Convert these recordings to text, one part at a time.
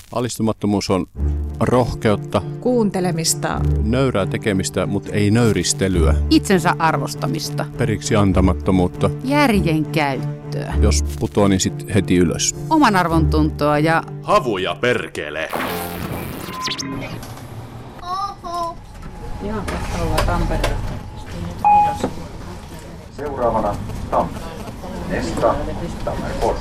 Alistumattomuus on rohkeutta, kuuntelemista, nöyrää tekemistä, mutta ei nöyristelyä, itsensä arvostamista, periksi antamattomuutta, järjen käyttöä, jos putoo, niin sit heti ylös, oman arvon tuntoa ja havuja perkele. Ihan tässä ollaan Tampereella. Seuraavana Tampere. Nesta Tammerfors.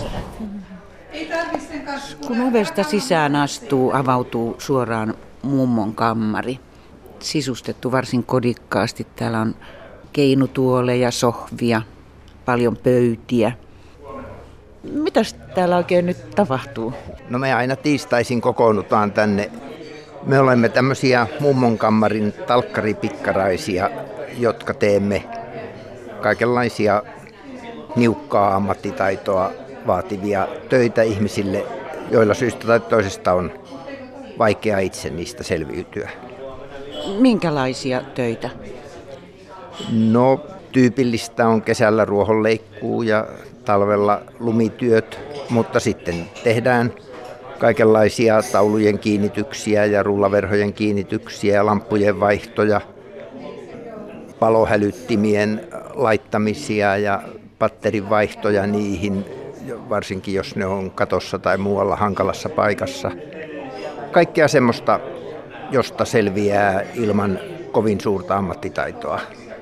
Kun ovesta sisään astuu, avautuu suoraan mummon kammari. Sisustettu varsin kodikkaasti. Täällä on keinutuoleja, sohvia, paljon pöytiä. Mitäs täällä oikein nyt tapahtuu? No me aina tiistaisin kokoonnutaan tänne. Me olemme tämmöisiä mummon kammarin talkkaripikkaraisia, jotka teemme kaikenlaisia niukkaa ammattitaitoa vaativia töitä ihmisille, joilla syystä tai toisesta on vaikea itse niistä selviytyä. Minkälaisia töitä? No, tyypillistä on kesällä ruohonleikkuu ja talvella lumityöt, mutta sitten tehdään kaikenlaisia taulujen kiinnityksiä ja rullaverhojen kiinnityksiä ja lamppujen vaihtoja, palohälyttimien laittamisia ja patterin vaihtoja niihin, varsinkin jos ne on katossa tai muualla hankalassa paikassa. Kaikkea semmoista, josta selviää ilman kovin suurta ammattitaitoa.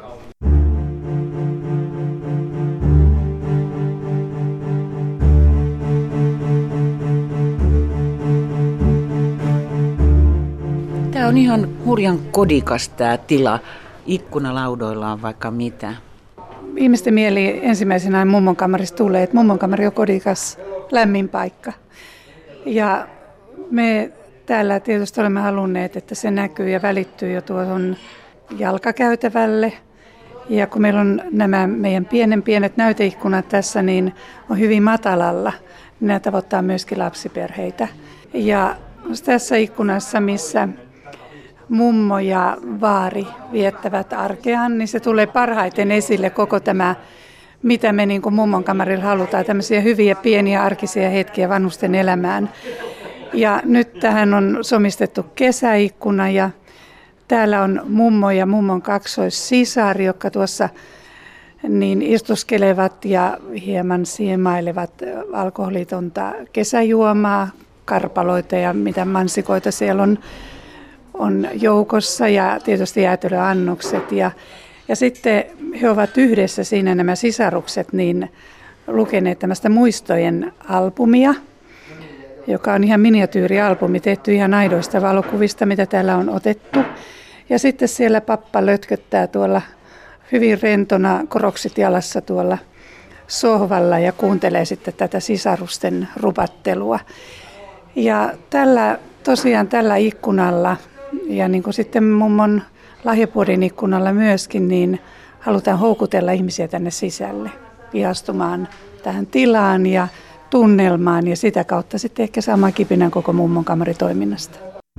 Tämä on ihan hurjan kodikas tämä tila. Ikkunalaudoilla on vaikka mitä. Ihmisten mieli ensimmäisenä mummon kammarista tulee, että mummon kammari on kodikas, lämmin paikka. Ja me täällä tietysti olemme halunneet, että se näkyy ja välittyy jo tuohon jalkakäytävälle. Ja kun meillä on nämä meidän pienet näyteikkunat tässä, niin on hyvin matalalla. Nämä tavoittaa myöskin lapsiperheitä. Ja tässä ikkunassa, missä mummo ja vaari viettävät arkeaan, niin se tulee parhaiten esille koko tämä, mitä me niin kuin mummon kammarilla halutaan, tämmöisiä hyviä pieniä arkisia hetkiä vanhusten elämään. Ja nyt tähän on somistettu kesäikkuna ja täällä on mummo ja mummon kaksoissisari, jotka tuossa niin istuskelevat ja hieman siemailevat alkoholitonta kesäjuomaa, karpaloita ja mitä mansikoita siellä on joukossa ja tietysti jäätelöannokset. Ja sitten he ovat yhdessä siinä nämä sisarukset niin lukeneet tämmöistä muistojen albumia, joka on ihan miniatyyrialbumi, tehty ihan aidoista valokuvista, mitä täällä on otettu. Ja sitten siellä pappa lötköttää tuolla hyvin rentona koroksit jalassa tuolla sohvalla ja kuuntelee sitten tätä sisarusten rupattelua. Ja tällä ikkunalla ja niin kuin sitten mummon lahjapuodin ikkunalla myöskin, niin halutaan houkutella ihmisiä tänne sisälle ihastumaan tähän tilaan ja tunnelmaan ja sitä kautta sitten ehkä saamaan kipinän koko mummon kammaritoiminnasta.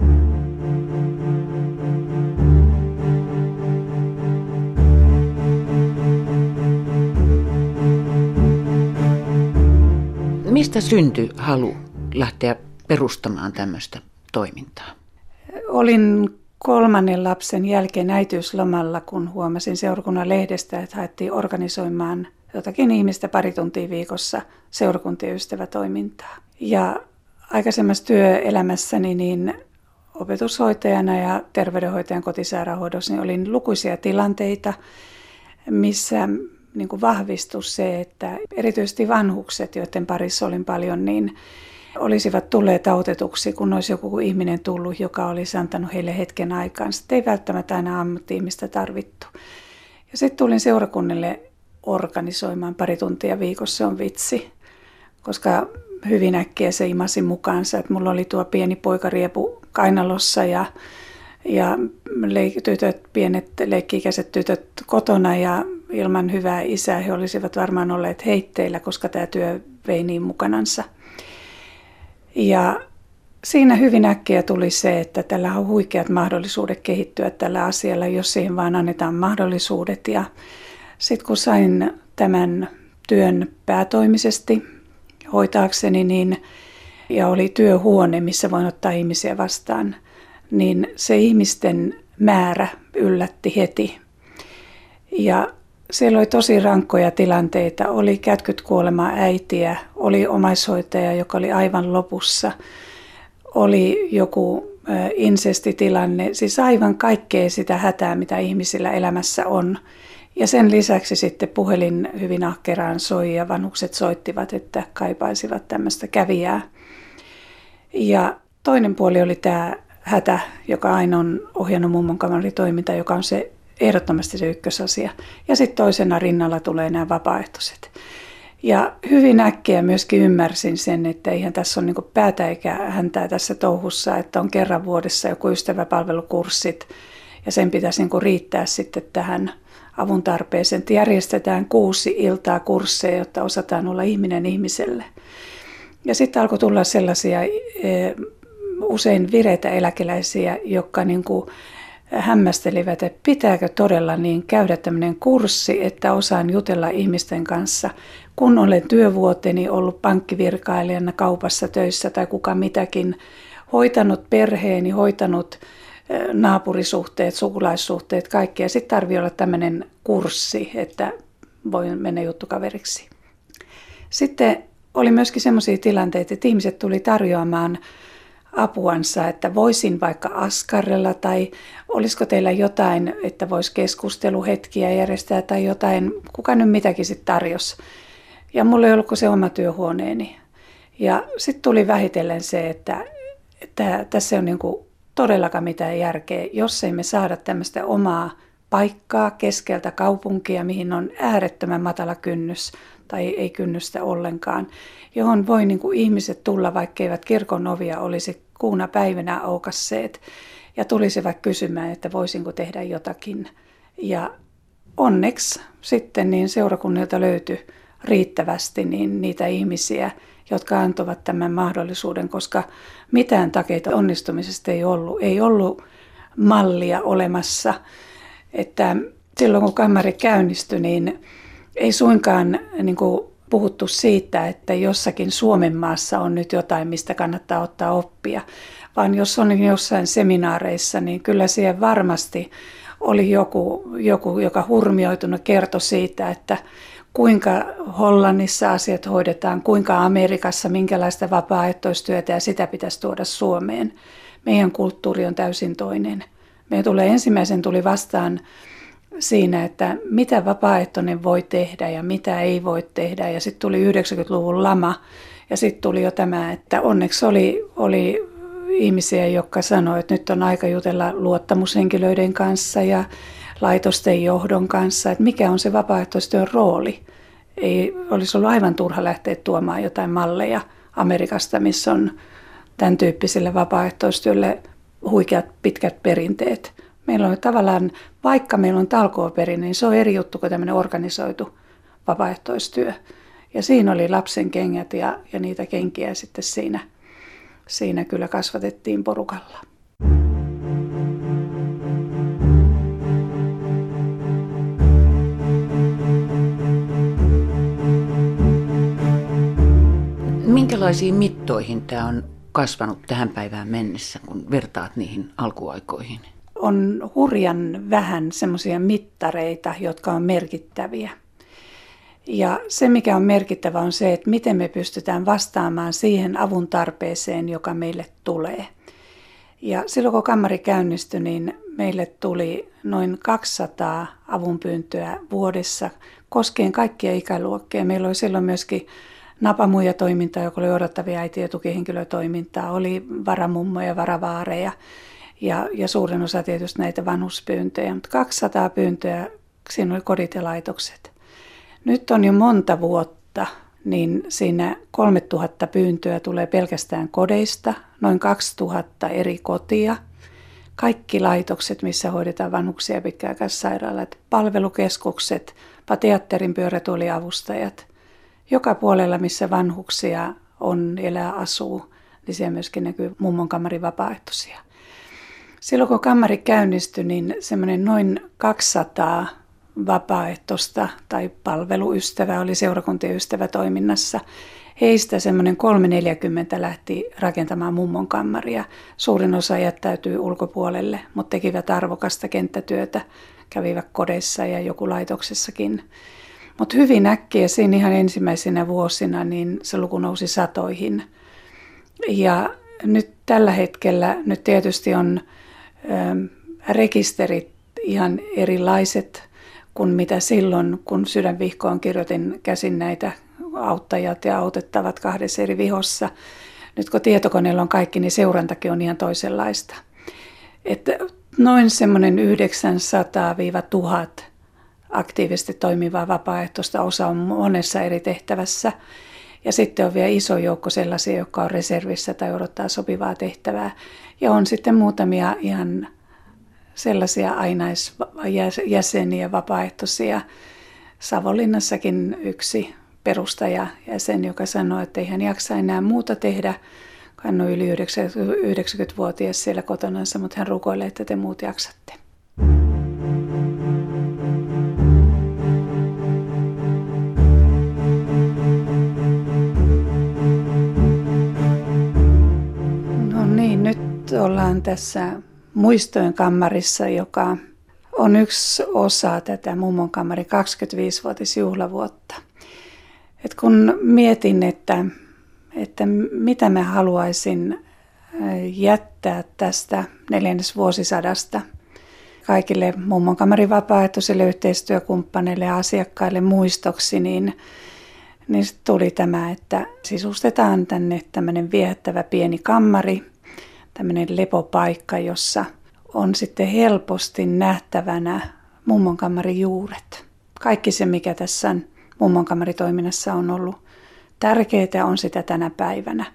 Mistä syntyi halu lähteä perustamaan tämmöistä toimintaa? Olin 3. lapsen jälkeen äitiyslomalla, kun huomasin seurakunnan lehdestä, että haettiin organisoimaan jotakin ihmistä pari tuntia viikossa seurakuntien ystävätoimintaa. Ja aikaisemmassa työelämässäni niin opetushoitajana ja terveydenhoitajan kotisairaanhoidossa niin olin lukuisia tilanteita, missä niin kuin vahvistui se, että erityisesti vanhukset, joiden parissa olin paljon, niin olisivat tulleet autetuksi, kun olisi joku ihminen tullut, joka olisi antanut heille hetken aikaan. Sitten ei välttämättä aina ammatti-ihmistä tarvittu. Ja sitten tulin seurakunnille organisoimaan pari tuntia viikossa, se on vitsi, koska hyvin äkkiä se imasi mukaansa, että mulla oli tuo pieni poikariepu kainalossa ja pienet leikki-ikäiset tytöt kotona ja ilman hyvää isää he olisivat varmaan olleet heitteillä, koska tämä työ vei niin mukanansa. Ja siinä hyvin äkkiä tuli se, että tällä on huikeat mahdollisuudet kehittyä tällä asialla, jos siihen vaan annetaan mahdollisuudet. Ja sitten kun sain tämän työn päätoimisesti hoitaakseni, niin ja oli työhuone, missä voin ottaa ihmisiä vastaan, niin se ihmisten määrä yllätti heti. Ja siellä oli tosi rankkoja tilanteita. Oli kätkyt kuolemaa äitiä, oli omaishoitaja, joka oli aivan lopussa, oli joku insestitilanne, siis aivan kaikkea sitä hätää, mitä ihmisillä elämässä on. Ja sen lisäksi sitten puhelin hyvin ahkeraan soi ja vanhukset soittivat, että kaipaisivat tämmöistä kävijää. Ja toinen puoli oli tämä hätä, joka aina on ohjannut mummonkamaritoiminta, joka on se ehdottomasti se ykkösasia. Ja sitten toisena rinnalla tulee nämä vapaaehtoiset. Ja hyvin äkkiä myöskin ymmärsin sen, että eihän tässä ole niin päätä eikä häntää tässä touhussa, että on kerran vuodessa joku ystäväpalvelukurssit ja sen pitäisi niin riittää sitten tähän avun tarpeeseen. Järjestetään 6 iltaa kursseja, jotta osataan olla ihminen ihmiselle. Ja sitten alkoi tulla sellaisia usein vireitä eläkeläisiä, jotka niin kuin hämmästelivät, että pitääkö todella niin käydä tämmöinen kurssi, että osaan jutella ihmisten kanssa, kun olen työvuoteni ollut pankkivirkailijana kaupassa töissä tai kuka mitäkin, hoitanut perheeni, hoitanut naapurisuhteet, sukulaissuhteet, kaikkea. Sitten tarvitsee olla tämmöinen kurssi, että voi mennä juttukaveriksi. Sitten oli myöskin sellaisia tilanteita, että ihmiset tuli tarjoamaan apuansa, että voisin vaikka askarrella tai olisiko teillä jotain, että voisi keskusteluhetkiä järjestää tai jotain, kuka nyt mitäkin sitten tarjosi. Ja mulla ei ollut kuin se oma työhuoneeni. Ja sitten tuli vähitellen se, että tässä ei ole niinku todellakaan mitään järkeä, jos ei me saada tämmöistä omaa paikkaa keskeltä kaupunkia, mihin on äärettömän matala kynnys tai ei kynnystä ollenkaan, johon voi niin kuin ihmiset tulla, vaikka eivät kirkon ovia olisi kuuna päivänä aukasseet ja tulisivat kysymään, että voisinko tehdä jotakin. Ja onneksi sitten niin seurakunnilta löytyi riittävästi niin niitä ihmisiä, jotka antoivat tämän mahdollisuuden, koska mitään takeita onnistumisesta ei ollut. Ei ollut mallia olemassa. Että silloin kun kammari käynnistyi, niin ei suinkaan niin kuin puhuttu siitä, että jossakin Suomen maassa on nyt jotain, mistä kannattaa ottaa oppia. Vaan jos on jossain seminaareissa, niin kyllä siellä varmasti oli joku joka hurmioitunut kertoi siitä, että kuinka Hollannissa asiat hoidetaan, kuinka Amerikassa, minkälaista vapaaehtoistyötä ja sitä pitäisi tuoda Suomeen. Meidän kulttuuri on täysin toinen. Ensimmäisen tuli vastaan siinä, että mitä vapaaehtoinen voi tehdä ja mitä ei voi tehdä. Ja sitten tuli 90-luvun lama ja sitten tuli jo tämä, että onneksi oli ihmisiä, jotka sanoivat, että nyt on aika jutella luottamushenkilöiden kanssa ja laitosten johdon kanssa, että mikä on se vapaaehtoistyön rooli. Ei olisi ollut aivan turha lähteä tuomaan jotain malleja Amerikasta, missä on tämän tyyppiselle vapaaehtoistyölle huikeat pitkät perinteet. Meillä on tavallaan, vaikka meillä on talkooperinne, niin se on eri juttu kuin tämmöinen organisoitu vapaaehtoistyö. Ja siinä oli lapsen kengät ja niitä kenkiä sitten siinä kyllä kasvatettiin porukalla. Minkälaisiin mittoihin tämä on kasvanut tähän päivään mennessä, kun vertaat niihin alkuaikoihin? On hurjan vähän semmoisia mittareita, jotka on merkittäviä. Ja se, mikä on merkittävä, on se, että miten me pystytään vastaamaan siihen avun tarpeeseen, joka meille tulee. Ja silloin, kun kammari käynnistyi, niin meille tuli noin 200 avunpyyntöä vuodessa koskien kaikkia ikäluokkia. Meillä oli silloin myöskin napamuijatoimintaa, joka oli odottavia äitiä ja tukihenkilötoimintaa, oli varamummoja, varavaareja ja suurin osa tietysti näitä vanhuspyyntöjä. Mutta 200 pyyntöä, siinä oli kodit ja laitokset. Nyt on jo monta vuotta, niin siinä 3000 pyyntöä tulee pelkästään kodeista, noin 2000 eri kotia. Kaikki laitokset, missä hoidetaan vanhuksia ja pitkäaikaissairaalat, palvelukeskukset, teatterin pyörätuoliavustajat. Joka puolella, missä vanhuksia on, elää, asuu, niin siellä myöskin näkyy mummonkammarin vapaaehtoisia. Silloin kun kammari käynnistyi, niin semmoinen noin 200 vapaaehtoista tai palveluystävää oli seurakuntien ystävätoiminnassa. heistä semmoinen 340 lähti rakentamaan mummon kammaria. Suurin osa jättäytyi ulkopuolelle, mutta tekivät arvokasta kenttätyötä, kävivät kodeissa ja joku laitoksessakin. Mutta hyvin äkkiä siinä ihan ensimmäisenä vuosina niin se luku nousi satoihin. Ja nyt tällä hetkellä nyt tietysti on rekisterit ihan erilaiset kuin mitä silloin, kun Sydänvihkoon kirjoitin käsin näitä auttajat ja autettavat 2 eri vihossa. Nyt kun tietokoneella on kaikki, niin seurantakin on ihan toisenlaista. Että noin semmoinen 900-1000 aktiivisesti toimivaa vapaaehtoista, osa on monessa eri tehtävässä. Ja sitten on vielä iso joukko sellaisia, jotka on reservissä tai odottaa sopivaa tehtävää. Ja on sitten muutamia ihan sellaisia ainaisjäseniä, vapaaehtoisia. Savonlinnassakin yksi perustajajäsen, joka sanoi, että ei hän jaksa enää muuta tehdä. Hän on yli 90-vuotias siellä kotonansa, mutta hän rukoilee, että te muut jaksatte. No niin, nyt ollaan tässä muistojen kammarissa, joka on yksi osa tätä mummon kammarin 25-vuotisjuhlavuotta. Et kun mietin, että mitä mä haluaisin jättää tästä 4. vuosisadasta kaikille mummon kammarin vapaaehtoisille yhteistyökumppaneille ja asiakkaille muistoksi, niin tuli tämä, että sisustetaan tänne tämmöinen viehättävä pieni kammari, tämmöinen lepopaikka, jossa on sitten helposti nähtävänä mummon kammarin juuret. Kaikki se, mikä tässä mummon kammaritoiminnassa on ollut tärkeää, on sitä tänä päivänä.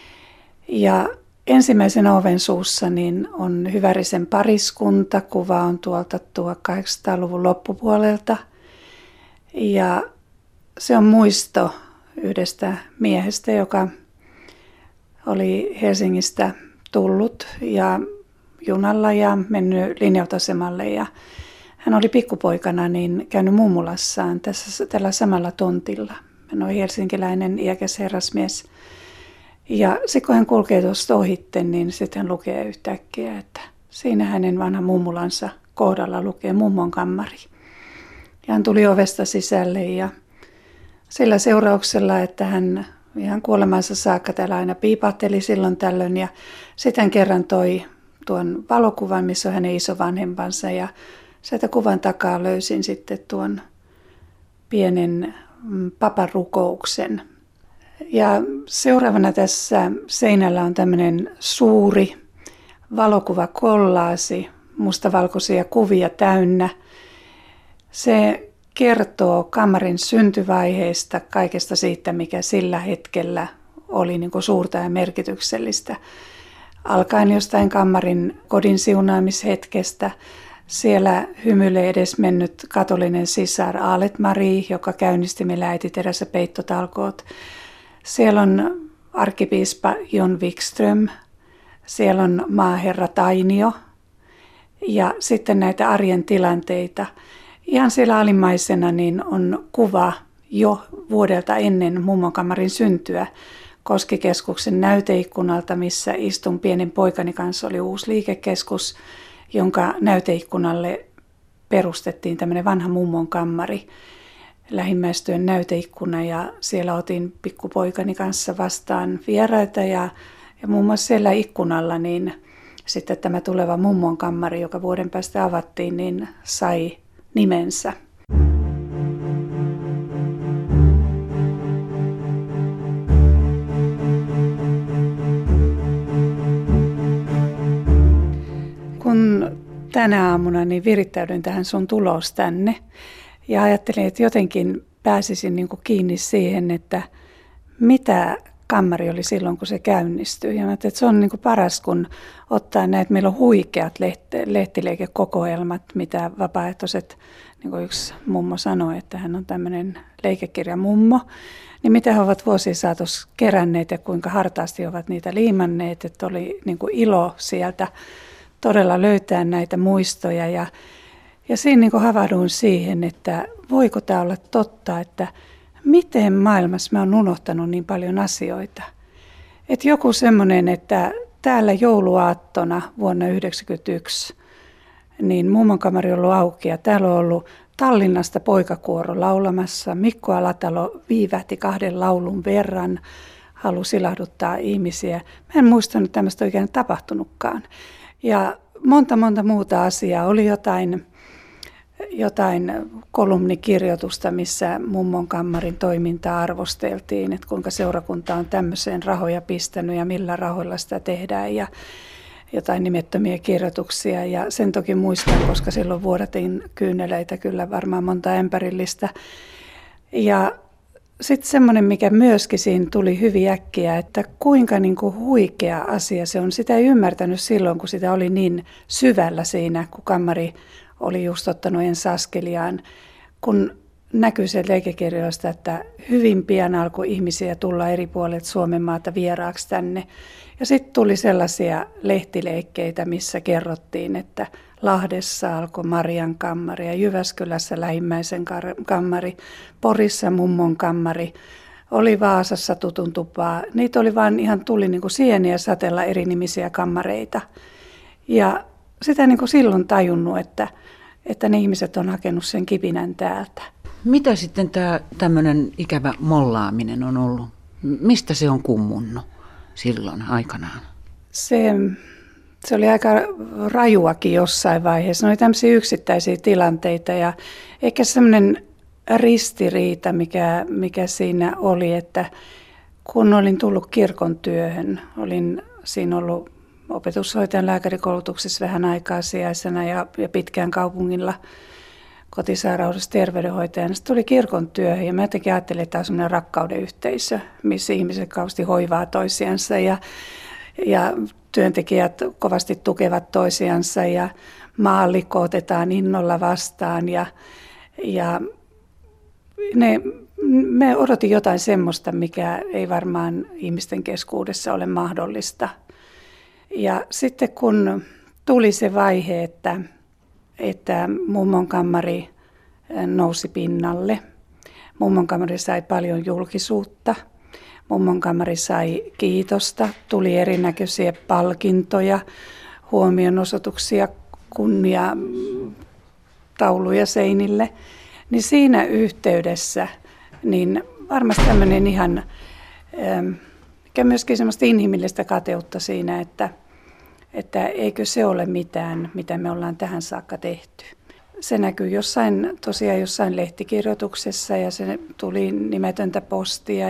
Ja ensimmäisen oven suussa niin on Hyvärisen pariskunta. Kuva on tuolta 1800-luvun loppupuolelta. Ja se on muisto yhdestä miehestä, joka oli Helsingistä tullut ja junalla ja mennyt linja-autoasemalle. Ja hän oli pikkupoikana niin käynyt mummulassaan tällä samalla tontilla. Hän on helsinkiläinen iäkäs herrasmies. Ja sitten kun hän kulkee tuosta ohitte, niin sitten hän lukee yhtäkkiä, että siinä hänen vanhan mummulansa kohdalla lukee mummon kammari. Ja hän tuli ovesta sisälle ja sillä seurauksella, että hän ihan kuolemansa saakka täällä aina piipahteli silloin tällöin. Ja sitten hän kerran toi tuon valokuvan, missä on hänen isovanhempansa. Ja sieltä kuvan takaa löysin sitten tuon pienen paparukouksen. Ja seuraavana tässä seinällä on tämmöinen suuri valokuvakollaasi, mustavalkoisia kuvia täynnä. Se kertoo kammarin syntyvaiheesta, kaikesta siitä, mikä sillä hetkellä oli niin kuin suurta ja merkityksellistä. Alkaen jostain kammarin kodin siunaamishetkestä. Siellä hymyilee edesmennyt katolinen sisar Aalet Marie, joka käynnisti meillä äititerässä peittotalkoot. Siellä on arkkipiispa Jon Wikström, siellä on maaherra Tainio ja sitten näitä arjen tilanteita. Ihan siellä alimmaisena niin on kuva jo vuodelta ennen mummon kammarin syntyä Koskikeskuksen näyteikkunalta, missä istun pienen poikani kanssa, oli uusi liikekeskus, jonka näyteikkunalle perustettiin tämmöinen vanha mummon kammari, lähimmäistyön näyteikkuna, ja siellä otin pikkupoikani kanssa vastaan vieraita ja muun muassa siellä ikkunalla niin sitten tämä tuleva mummon kammari, joka vuoden päästä avattiin, niin sai nimensä. Kun tänä aamuna niin virittäydyin tähän sun tulos tänne ja ajattelin, että jotenkin pääsisin niin kuin kiinni siihen, että mitä kammari oli silloin, kun se käynnistyi. Ja mä ajattelin, että se on niin kuin paras, kun ottaa näitä, meillä on huikeat lehtileikekokoelmat, mitä vapaaehtoiset, niin kuin yksi mummo sanoi, että hän on tämmöinen leikekirjamummo, niin mitä he ovat vuosien saatossa keränneet ja kuinka hartaasti ovat niitä liimanneet, että oli niin kuin ilo sieltä todella löytää näitä muistoja. Ja siinä niin kuin havahduin siihen, että voiko tämä olla totta, että miten maailmassa mä oon unohtanut niin paljon asioita. Että joku semmoinen, että täällä jouluaattona vuonna 1991, niin mummonkamari on ollut auki ja täällä on ollut Tallinnasta poikakuoro laulamassa. Mikko Alatalo viivähti 2 laulun verran, halusi ilahduttaa ihmisiä. Mä en muistanut, että tämmöistä oikein tapahtunutkaan. Ja monta muuta asiaa. Oli jotain kolumnikirjoitusta, missä mummonkammarin toimintaa arvosteltiin, että kuinka seurakunta on tämmöiseen rahoja pistänyt ja millä rahoilla sitä tehdään ja jotain nimettömiä kirjoituksia. Ja sen toki muistan, koska silloin vuodatin kyyneleitä kyllä varmaan monta ämpärillistä. Ja sitten semmoinen, mikä myöskin siinä tuli hyvin äkkiä, että kuinka niin kuin huikea asia se on. Sitä ei ymmärtänyt silloin, kun sitä oli niin syvällä siinä, kun kammari oli just ottanut ensi askeliaan, kun näkyy sieltä leikekirjoista, että hyvin pian alkoi ihmisiä tulla eri puolilta Suomen maata vieraaksi tänne. Ja sitten tuli sellaisia lehtileikkeitä, missä kerrottiin, että Lahdessa alkoi Marian kammari ja Jyväskylässä Lähimmäisen kammari, Porissa mummon kammari, oli Vaasassa tutun tupaa. Niitä oli vaan ihan tuli niin kuin sieniä satella eri nimisiä kammareita. Ja sitä niin kuin silloin tajunnut, että ne ihmiset on hakenut sen kipinän täältä. Mitä sitten tämä tämmöinen ikävä mollaaminen on ollut? Mistä se on kummunnut silloin aikanaan? Se oli aika rajuakin jossain vaiheessa. Ne oli tämmöisiä yksittäisiä tilanteita ja ehkä semmoinen ristiriita, mikä siinä oli, että kun olin tullut kirkon työhön, olin siinä ollut opetushoitajan lääkärikoulutuksessa vähän aikaa sijaisena ja pitkään kaupungilla kotisairaudessa terveydenhoitajana. Sitten tuli kirkon työhön ja mä jotenkin ajattelin, että tämä on semmoinen rakkauden yhteisö, missä ihmiset kauheasti hoivaa toisiansa ja työntekijät kovasti tukevat toisiansa ja maallikko otetaan innolla vastaan ja me odotin jotain semmoista, mikä ei varmaan ihmisten keskuudessa ole mahdollista. Ja sitten kun tuli se vaihe, että mummonkammari nousi pinnalle, mummonkammari sai paljon julkisuutta, mummonkammari sai kiitosta, tuli erinäköisiä palkintoja, huomionosoituksia, kunniatauluja seinille, niin siinä yhteydessä niin varmasti tämmöinen ihan myöskin semmoista inhimillistä kateutta siinä, että eikö se ole mitään, mitä me ollaan tähän saakka tehty. Se näkyy tosiaan jossain lehtikirjoituksessa ja se tuli nimetöntä postia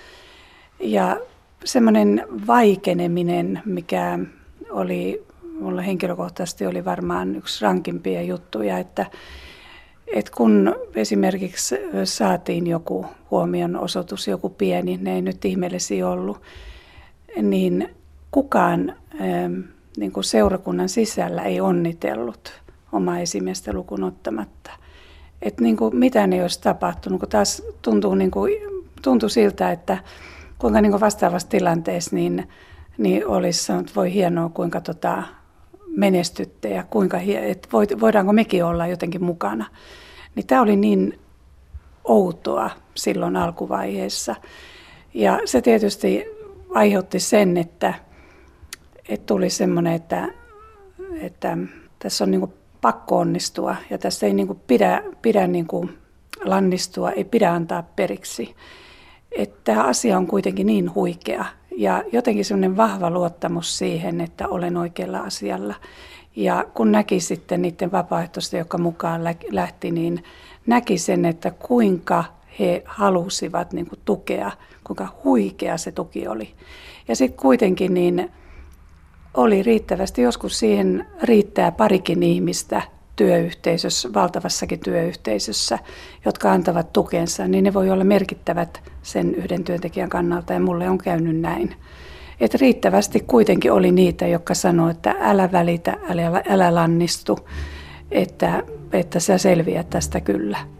ja semmoinen vaikeneminen, mikä oli, mulla henkilökohtaisesti oli varmaan yksi rankimpia juttuja, että kun esimerkiksi saatiin joku huomionosoitus, joku pieni, ne ei nyt ihmeellisiä ollut, niin kukaan niin kuin seurakunnan sisällä ei onnitellut omaa esimiestä lukuun ottamatta. Että niin kuin mitään ei olisi tapahtunut, kun taas tuntui siltä, että kuinka niin kuin vastaavassa tilanteessa niin olisi sanonut, että voi hienoa, kuinka menestytte ja kuinka, että voidaanko mekin olla jotenkin mukana. Niin tämä oli niin outoa silloin alkuvaiheessa. Ja se tietysti aiheutti sen, että tuli semmoinen, että tässä on niin kuin pakko onnistua ja tässä ei niin kuin pidä niin kuin lannistua, ei pidä antaa periksi. Että tämä asia on kuitenkin niin huikea ja jotenkin semmoinen vahva luottamus siihen, että olen oikealla asialla. Ja kun näki sitten niiden vapaaehtoisten, jotka mukaan lähti, niin näki sen, että kuinka he halusivat niin kuin tukea, kuinka huikea se tuki oli. Ja sitten kuitenkin niin oli riittävästi, joskus siihen riittää parikin ihmistä työyhteisössä, valtavassakin työyhteisössä, jotka antavat tukensa, niin ne voi olla merkittävät sen yhden työntekijän kannalta ja mulle on käynyt näin. Että riittävästi kuitenkin oli niitä, jotka sanoo, että älä välitä, älä lannistu, että sä selviät tästä kyllä.